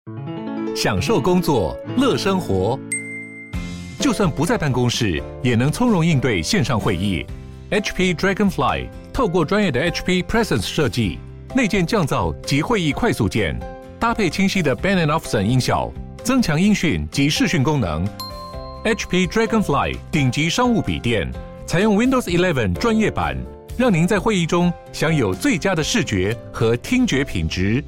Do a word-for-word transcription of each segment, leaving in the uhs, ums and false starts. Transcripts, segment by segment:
享受工作，乐生活。就算不在办公室，也能从容应对线上会议。H P Dragonfly 透过专业的 H P Presence 设计，内建降噪及会议快速键，搭配清晰的 Bang and Olufsen 音效，增强音讯及视讯功能。H P Dragonfly 顶级商务笔电，采用 Windows 十一专业版，让您在会议中享有最佳的视觉和听觉品质。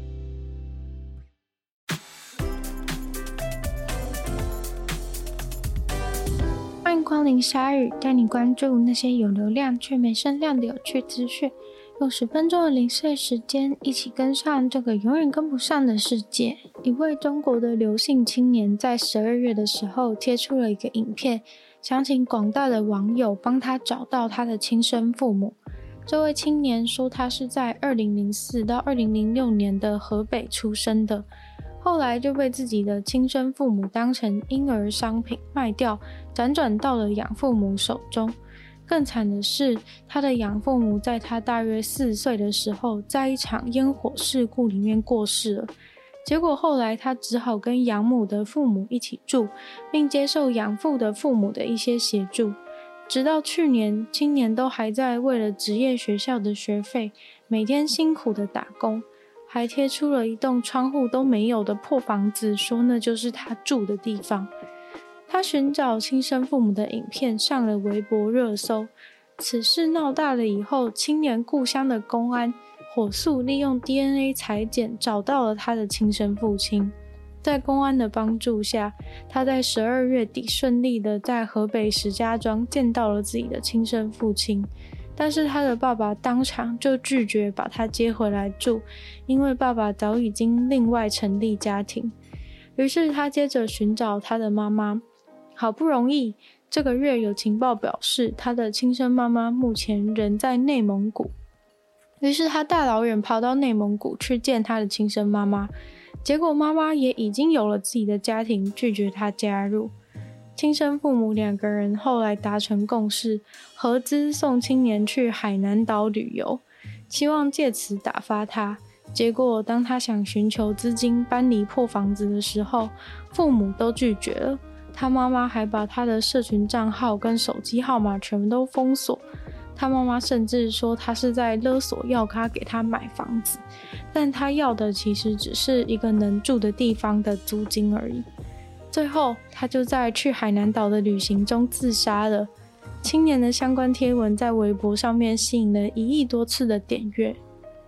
欢迎光临鲨鱼，带你关注那些有流量却没声量的有趣资讯。用十分钟的零碎时间，一起跟上这个永远跟不上的世界。一位中国的刘姓青年在十二月的时候贴出了一个影片，想请广大的网友帮他找到他的亲生父母。这位青年说他是在二零零四到二零零六年的河北出生的，后来就被自己的亲生父母当成婴儿商品卖掉，辗转到了养父母手中。更惨的是，他的养父母在他大约四岁的时候，在一场烟火事故里面过世了。结果后来他只好跟养母的父母一起住，并接受养父的父母的一些协助。直到去年，青年都还在为了职业学校的学费，每天辛苦的打工，还贴出了一栋窗户都没有的破房子，说那就是他住的地方。他寻找亲生父母的影片上了微博热搜。此事闹大了以后，青年故乡的公安火速利用 D N A 采检找到了他的亲生父亲。在公安的帮助下，他在十二月底顺利的在河北石家庄见到了自己的亲生父亲。但是他的爸爸当场就拒绝把他接回来住，因为爸爸早已经另外成立家庭。于是他接着寻找他的妈妈。好不容易，这个月有情报表示，他的亲生妈妈目前人在内蒙古。于是他大老远跑到内蒙古去见他的亲生妈妈，结果妈妈也已经有了自己的家庭，拒绝他加入。亲生父母两个人后来达成共识，合资送青年去海南岛旅游，期望借此打发他。结果当他想寻求资金搬离破房子的时候，父母都拒绝了。他妈妈还把他的社群账号跟手机号码全部都封锁。他妈妈甚至说他是在勒索要他给他买房子，但他要的其实只是一个能住的地方的租金而已。最后他就在去海南岛的旅行中自杀了。青年的相关贴文在微博上面吸引了一亿多次的点阅。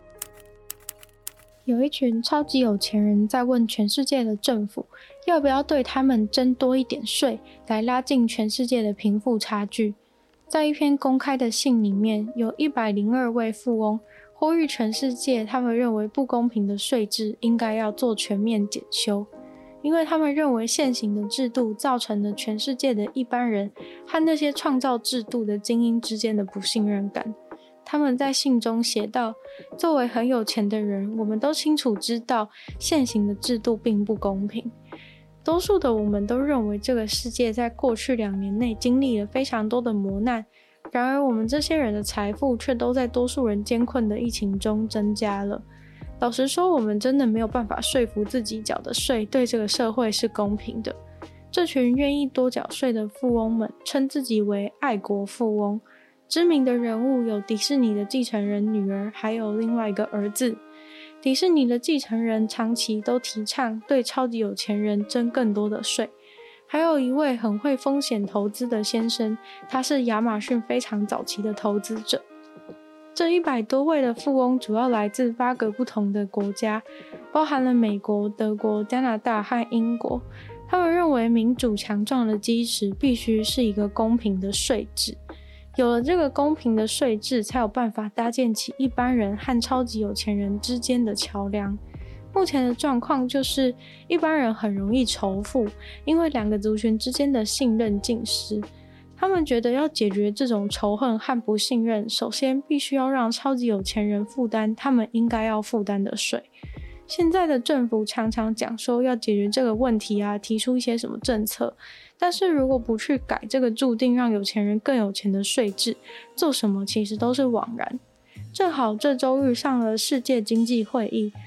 有一群超级有钱人在问全世界的政府要不要对他们征多一点税，来拉近全世界的贫富差距。在一篇公开的信里面，有一百零二位富翁呼吁全世界他们认为不公平的税制应该要做全面检修，因为他们认为现行的制度造成了全世界的一般人和那些创造制度的精英之间的不信任感。他们在信中写道，作为很有钱的人，我们都清楚知道现行的制度并不公平。多数的我们都认为这个世界在过去两年内经历了非常多的磨难，然而我们这些人的财富却都在多数人艰困的疫情中增加了。老实说，我们真的没有办法说服自己缴的税对这个社会是公平的。这群愿意多缴税的富翁们称自己为爱国富翁。知名的人物有迪士尼的继承人女儿，还有另外一个儿子。迪士尼的继承人长期都提倡对超级有钱人征更多的税。还有一位很会风险投资的先生，他是亚马逊非常早期的投资者。这一百多位的富翁主要来自八个不同的国家，包含了美国、德国、加拿大和英国。他们认为民主强壮的基石必须是一个公平的税制。有了这个公平的税制，才有办法搭建起一般人和超级有钱人之间的桥梁。目前的状况就是，一般人很容易仇富，因为两个族群之间的信任尽失。他们觉得要解决这种仇恨和不信任，首先必须要让超级有钱人负担他们应该要负担的税。现在的政府常常讲说要解决这个问题啊，提出一些什么政策，但是如果不去改这个注定让有钱人更有钱的税制，做什么其实都是枉然。正好这周遇上了世界经济会议，会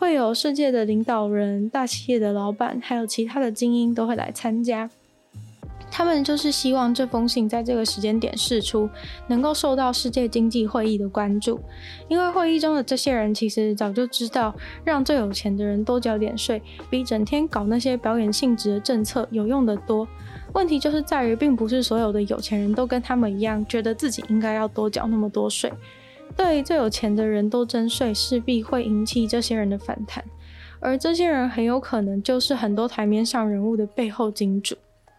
会有世界的领导人、大企业的老板，还有其他的精英都会来参加。他们就是希望这封信在这个时间点释出，能够受到世界经济会议的关注。因为会议中的这些人其实早就知道，让最有钱的人多缴点税，比整天搞那些表演性质的政策有用得多。问题就是在于，并不是所有的有钱人都跟他们一样，觉得自己应该要多缴那么多税。对最有钱的人多征税，势必会引起这些人的反弹，而这些人很有可能就是很多台面上人物的背后金主。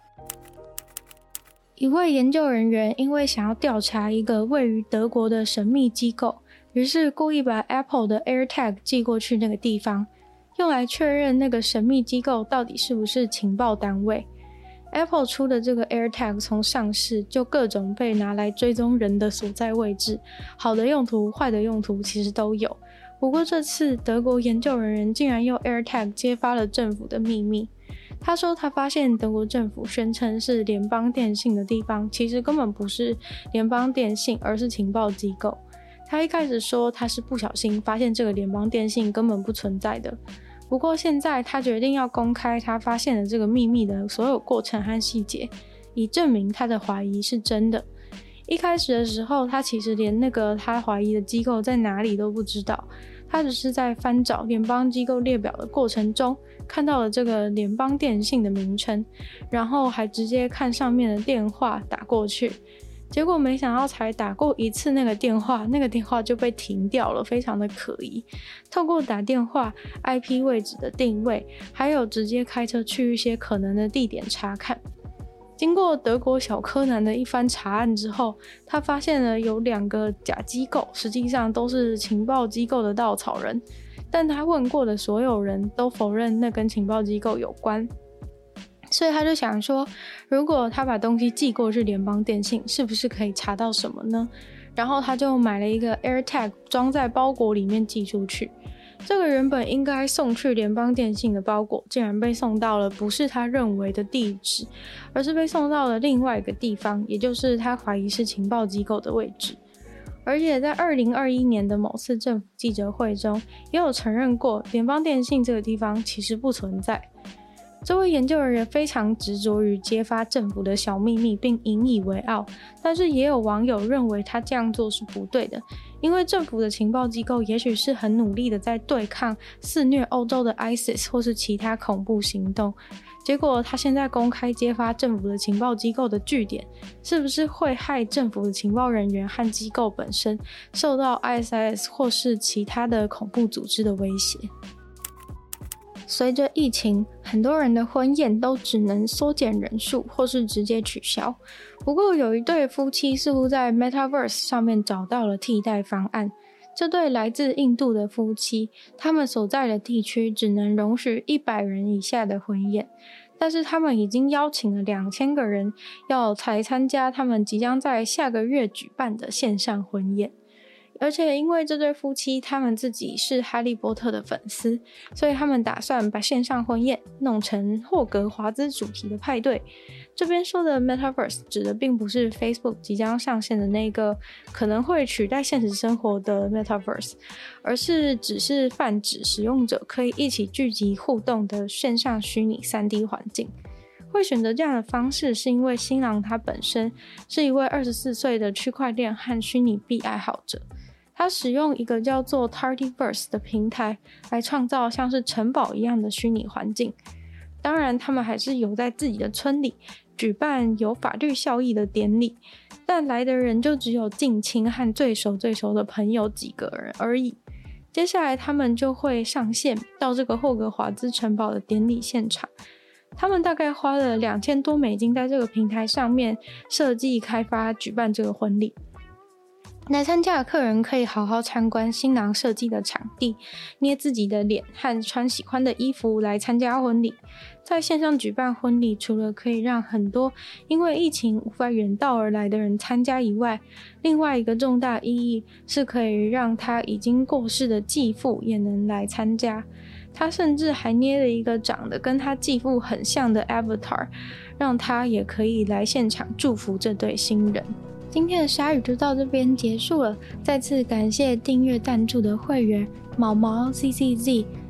一位研究人员因为想要调查一个位于德国的神秘机构，于是故意把 Apple 的 AirTag 寄过去那个地方，用来确认那个神秘机构到底是不是情报单位。Apple 出的这个 AirTag 从上市就各种被拿来追踪人的所在位置，好的用途、坏的用途其实都有。不过这次德国研究人员竟然用 AirTag 揭发了政府的秘密。他说他发现德国政府宣称是联邦电信的地方，其实根本不是联邦电信，而是情报机构。他一开始说他是不小心发现这个联邦电信根本不存在的，不过现在他决定要公开他发现的这个秘密的所有过程和细节，以证明他的怀疑是真的。一开始的时候，他其实连那个他怀疑的机构在哪里都不知道，他只是在翻找联邦机构列表的过程中看到了这个联邦电信的名称，然后还直接看上面的电话打过去，结果没想到才打过一次那个电话，那个电话就被停掉了，非常的可疑。透过打电话、I P 位置的定位，还有直接开车去一些可能的地点查看。经过德国小柯南的一番查案之后，他发现了有两个假机构，实际上都是情报机构的稻草人，但他问过的所有人都否认那跟情报机构有关。所以他就想说，如果他把东西寄过去联邦电信，是不是可以查到什么呢？然后他就买了一个 AirTag 装在包裹里面寄出去。这个原本应该送去联邦电信的包裹，竟然被送到了不是他认为的地址，而是被送到了另外一个地方，也就是他怀疑是情报机构的位置。而且在二零二一年的某次政府记者会中，也有承认过联邦电信这个地方其实不存在。这位研究人员非常执着于揭发政府的小秘密，并引以为傲，但是也有网友认为他这样做是不对的，因为政府的情报机构也许是很努力的在对抗肆虐欧洲的 I S I S 或是其他恐怖行动，结果他现在公开揭发政府的情报机构的据点，是不是会害政府的情报人员和机构本身受到 I S I S 或是其他的恐怖组织的威胁？随着疫情，很多人的婚宴都只能缩减人数或是直接取消。不过有一对夫妻似乎在 Metaverse 上面找到了替代方案。这对来自印度的夫妻，他们所在的地区只能容许一百人以下的婚宴，但是他们已经邀请了两千个人要来参加他们即将在下个月举办的线上婚宴。而且因为这对夫妻他们自己是哈利波特的粉丝，所以他们打算把线上婚宴弄成霍格华兹主题的派对。这边说的 Metaverse 指的并不是 Facebook 即将上线的那个可能会取代现实生活的 Metaverse， 而是只是泛指使用者可以一起聚集互动的线上虚拟 三 D 环境。会选择这样的方式是因为新郎他本身是一位二十四岁的区块链和虚拟币爱好者，他使用一个叫做 Tartyverse 的平台来创造像是城堡一样的虚拟环境。当然他们还是有在自己的村里举办有法律效益的典礼，但来的人就只有近亲和最熟最熟的朋友几个人而已。接下来他们就会上线到这个霍格华兹城堡的典礼现场。他们大概花了两千多美金在这个平台上面设计、开发、举办这个婚礼。来参加的客人可以好好参观新郎设计的场地，捏自己的脸和穿喜欢的衣服来参加婚礼。在线上举办婚礼，除了可以让很多因为疫情无法远道而来的人参加以外，另外一个重大意义是可以让他已经过世的继父也能来参加。他甚至还捏了一个长得跟他继父很像的 avatar， 让他也可以来现场祝福这对新人。今天的鲨鱼就到这边结束了，再次感谢订阅赞助的会员毛毛 C C Z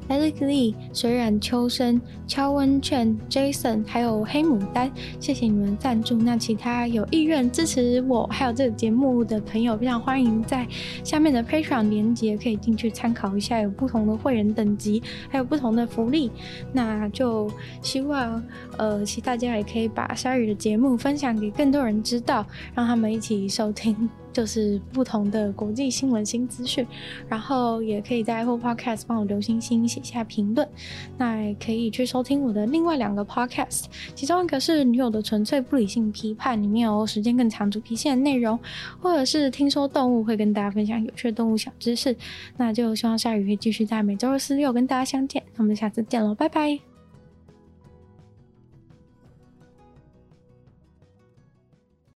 Eric Lee、水染秋生、乔文券、Jason 还有黑牡丹，谢谢你们的赞助。那其他有意愿支持我还有这个节目的朋友，非常欢迎在下面的 Patreon 连结可以进去参考一下，有不同的会员等级还有不同的福利。那就希望呃，其实大家也可以把鲨鱼的节目分享给更多人知道，让他们一起收听就是不同的国际新闻新资讯，然后也可以在 Apple Podcast 帮我留星星写下评论。那也可以去收听我的另外两个 Podcast， 其中一个是女友的纯粹不理性批判，里面有时间更长主题性的内容，或者是听说动物，会跟大家分享有趣的动物小知识。那就希望鲨鱼会继续在每周二四六跟大家相见，那我们下次见咯，拜拜。